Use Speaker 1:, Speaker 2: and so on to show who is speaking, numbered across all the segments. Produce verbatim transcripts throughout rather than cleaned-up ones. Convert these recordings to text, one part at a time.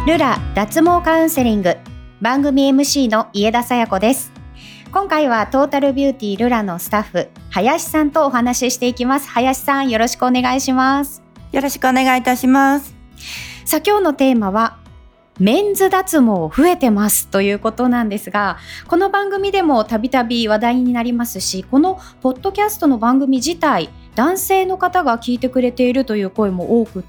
Speaker 1: ルラ脱毛カウンセリング、番組 エムシー の家田紗耶子です。今回はトータルビューティールラのスタッフ林さんとお話ししていきます。林さん、よろしくお願いします。
Speaker 2: よろしくお願いいたします。
Speaker 1: さあ、今日のテーマはメンズ脱毛増えてますということなんですが、この番組でもたびたび話題になりますし、このポッドキャストの番組自体男性の方が聞いてくれているという声も多くって、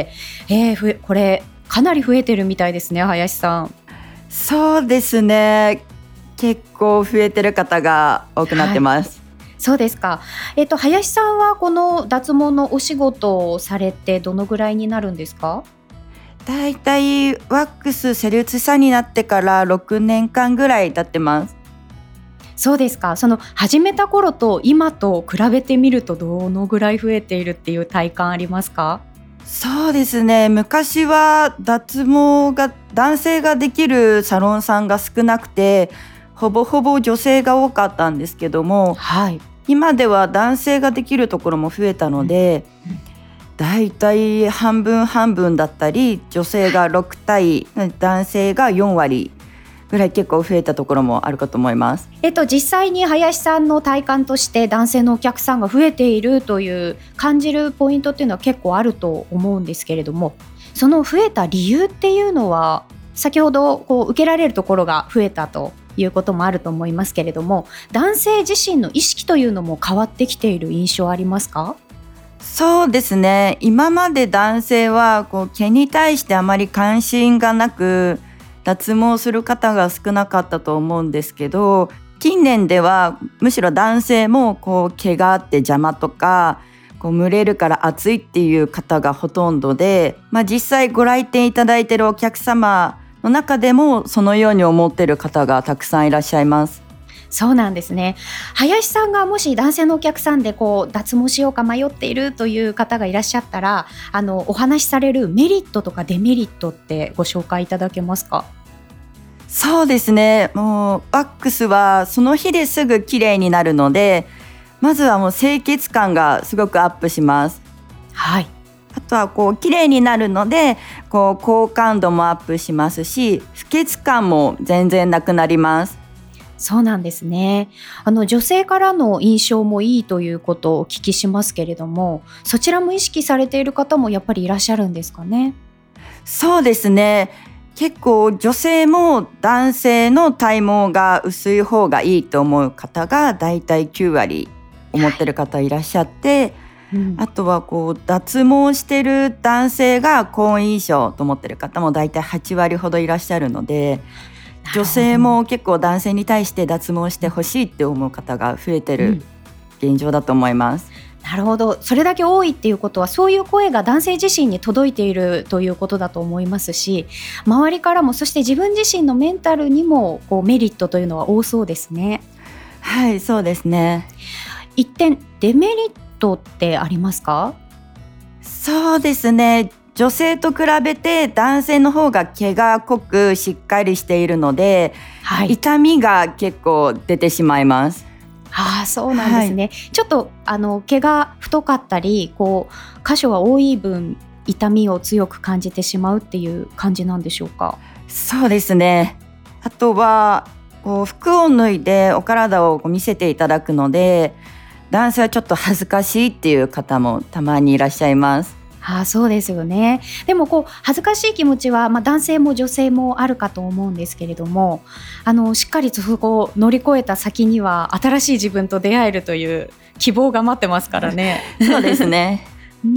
Speaker 1: えー、これかなり増えてるみたいですね。林さん。
Speaker 2: そうですね、結構増えてる方が多くなってます、
Speaker 1: はい、そうですか。えっと、林さんはこの脱毛のお仕事をされてどのぐらいになるんですか？
Speaker 2: だいたいワックス施術者になってからろくねんかんぐらい経ってます。
Speaker 1: そうですか。その始めた頃と今と比べてみるとどのぐらい増えているっていう体感ありますか？
Speaker 2: そうですね、昔は脱毛が男性ができるサロンさんが少なくて、ほぼほぼ女性が多かったんですけども、
Speaker 1: はい、
Speaker 2: 今では男性ができるところも増えたので、うんうん、だいたい半分半分だったり、女性がろくたい、男性がよんわりぐらい結構増えたところもあるかと思います。
Speaker 1: えっと、実際に林さんの体感として男性のお客さんが増えているという感じるポイントっていうのは結構あると思うんですけれども、その増えた理由っていうのは、先ほどこう受けられるところが増えたということもあると思いますけれども、男性自身の意識というのも変わってきている印象ありますか？
Speaker 2: そうですね、今まで男性はこう毛に対してあまり関心がなく、脱毛する方が少なかったと思うんですけど、近年ではむしろ男性もこう毛があって邪魔とか、こう蒸れるから暑いっていう方がほとんどで、まあ、実際ご来店いただいているお客様の中でもそのように思っている方がたくさんいらっしゃいます。
Speaker 1: そうなんですね。林さんがもし男性のお客さんでこう脱毛しようか迷っているという方がいらっしゃったら、あのお話しされるメリットとかデメリットってご紹介いただけますか？
Speaker 2: そうですね、もうワックスはその日ですぐ綺麗になるので、まずはもう清潔感がすごくアップします。
Speaker 1: はい。
Speaker 2: あとはこう綺麗になるので、こう好感度もアップしますし、不潔感も全然なくなります。
Speaker 1: そうなんですね。あの女性からの印象もいいということをお聞きしますけれども、そちらも意識されている方もやっぱりいらっしゃるんですかね？
Speaker 2: そうですね、結構女性も男性の体毛が薄い方がいいと思う方がだいたいきゅうわり思ってる方いらっしゃって、はい、うん、あとはこう脱毛してる男性が好印象と思ってる方もだいたいはちわりほどいらっしゃるので、女性も結構男性に対して脱毛してほしいって思う方が増えてる現状だと思います、
Speaker 1: うん、なるほど。それだけ多いっていうことは、そういう声が男性自身に届いているということだと思いますし、周りからも、そして自分自身のメンタルにもこうメリットというのは多そうですね。
Speaker 2: はい、そうですね。
Speaker 1: 一点デメリットってありますか？
Speaker 2: そうですね、女性と比べて男性の方が毛が濃くしっかりしているので、はい、痛みが結構出てしまいます。
Speaker 1: ああ、そうなんですね、はい、ちょっとあの毛が太かったりこう箇所が多い分痛みを強く感じてしまうっていう感じなんでしょうか？
Speaker 2: そうですね。あとはこう服を脱いでお体を見せていただくので、男性はちょっと恥ずかしいっていう方もたまにいらっしゃいます。
Speaker 1: ああ、そうですよね。でもこう恥ずかしい気持ちは、まあ、男性も女性もあるかと思うんですけれども、あのしっかりとそこを乗り越えた先には新しい自分と出会えるという希望が待ってますからね。
Speaker 2: そうですね
Speaker 1: うん、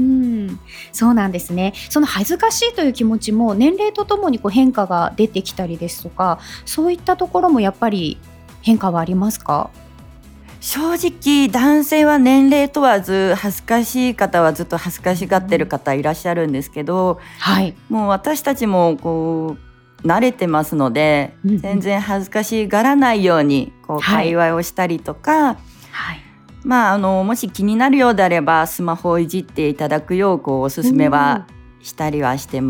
Speaker 1: そうなんですね。その恥ずかしいという気持ちも年齢とともにこう変化が出てきたりですとか、そういったところもやっぱり変化はありますか？
Speaker 2: 正直男性は年齢問わず恥ずかしい方はずっと恥ずかしがってる方いらっしゃるんですけど、はい、もう私たちもこう慣れてますので、うんうん、全然恥ずかしがらないようにこう会話をしたりとか、はいはい、まあ、あのもし気になるようであればスマホをいじっていただくようこうおすすめはしたりはしてます。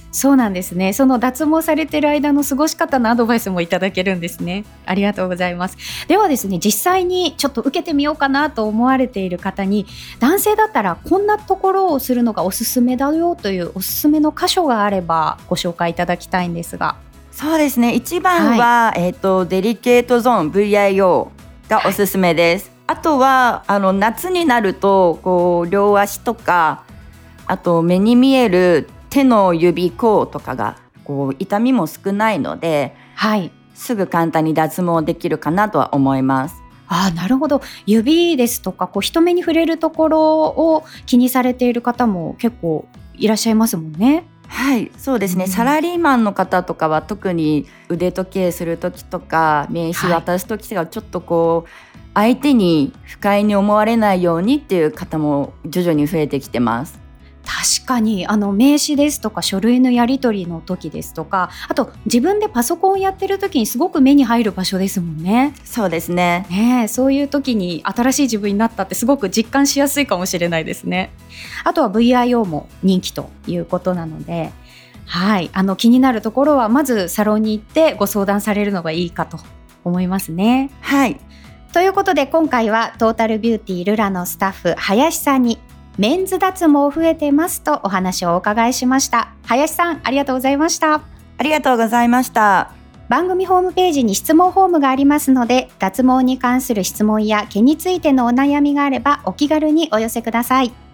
Speaker 1: そうなんですね。その脱毛されてる間の過ごし方のアドバイスもいただけるんですね。ありがとうございます。ではですね、実際にちょっと受けてみようかなと思われている方に、男性だったらこんなところをするのがおすすめだよというおすすめの箇所があればご紹介いただきたいんですが。
Speaker 2: そうですね、一番は、はい、えーと、デリケートゾーン ブイアイオー がおすすめです、はい、あとはあの夏になるとこう両足とか、あと目に見える手の指甲とかがこう痛みも少ないので、はい、すぐ簡単に脱毛できるかなとは思います。
Speaker 1: あ、なるほど。指ですとかこう人目に触れるところを気にされている方も結構いらっしゃいますもんね。
Speaker 2: はい、そうですね、うん、サラリーマンの方とかは特に腕時計する時とか名刺渡す時がちょっとこう、はい、相手に不快に思われないようにっていう方も徐々に増えてきてます。
Speaker 1: 確かにあの名刺ですとか書類のやり取りの時ですとか、あと自分でパソコンをやってる時にすごく目に入る場所ですもんね。
Speaker 2: そうですね。
Speaker 1: ねえ、そういう時に新しい自分になったってすごく実感しやすいかもしれないですね。あとは ブイアイオー も人気ということなので、はい、あの気になるところはまずサロンに行ってご相談されるのがいいかと思いますね。
Speaker 2: はい。
Speaker 1: ということで今回はトータルビューティールラのスタッフ林さんにメンズ脱毛増えてますとお話をお伺いしました。林さん、ありがとうございました。
Speaker 2: ありがとうございました。
Speaker 1: 番組ホームページに質問フォームがありますので、脱毛に関する質問や毛についてのお悩みがあればお気軽にお寄せください。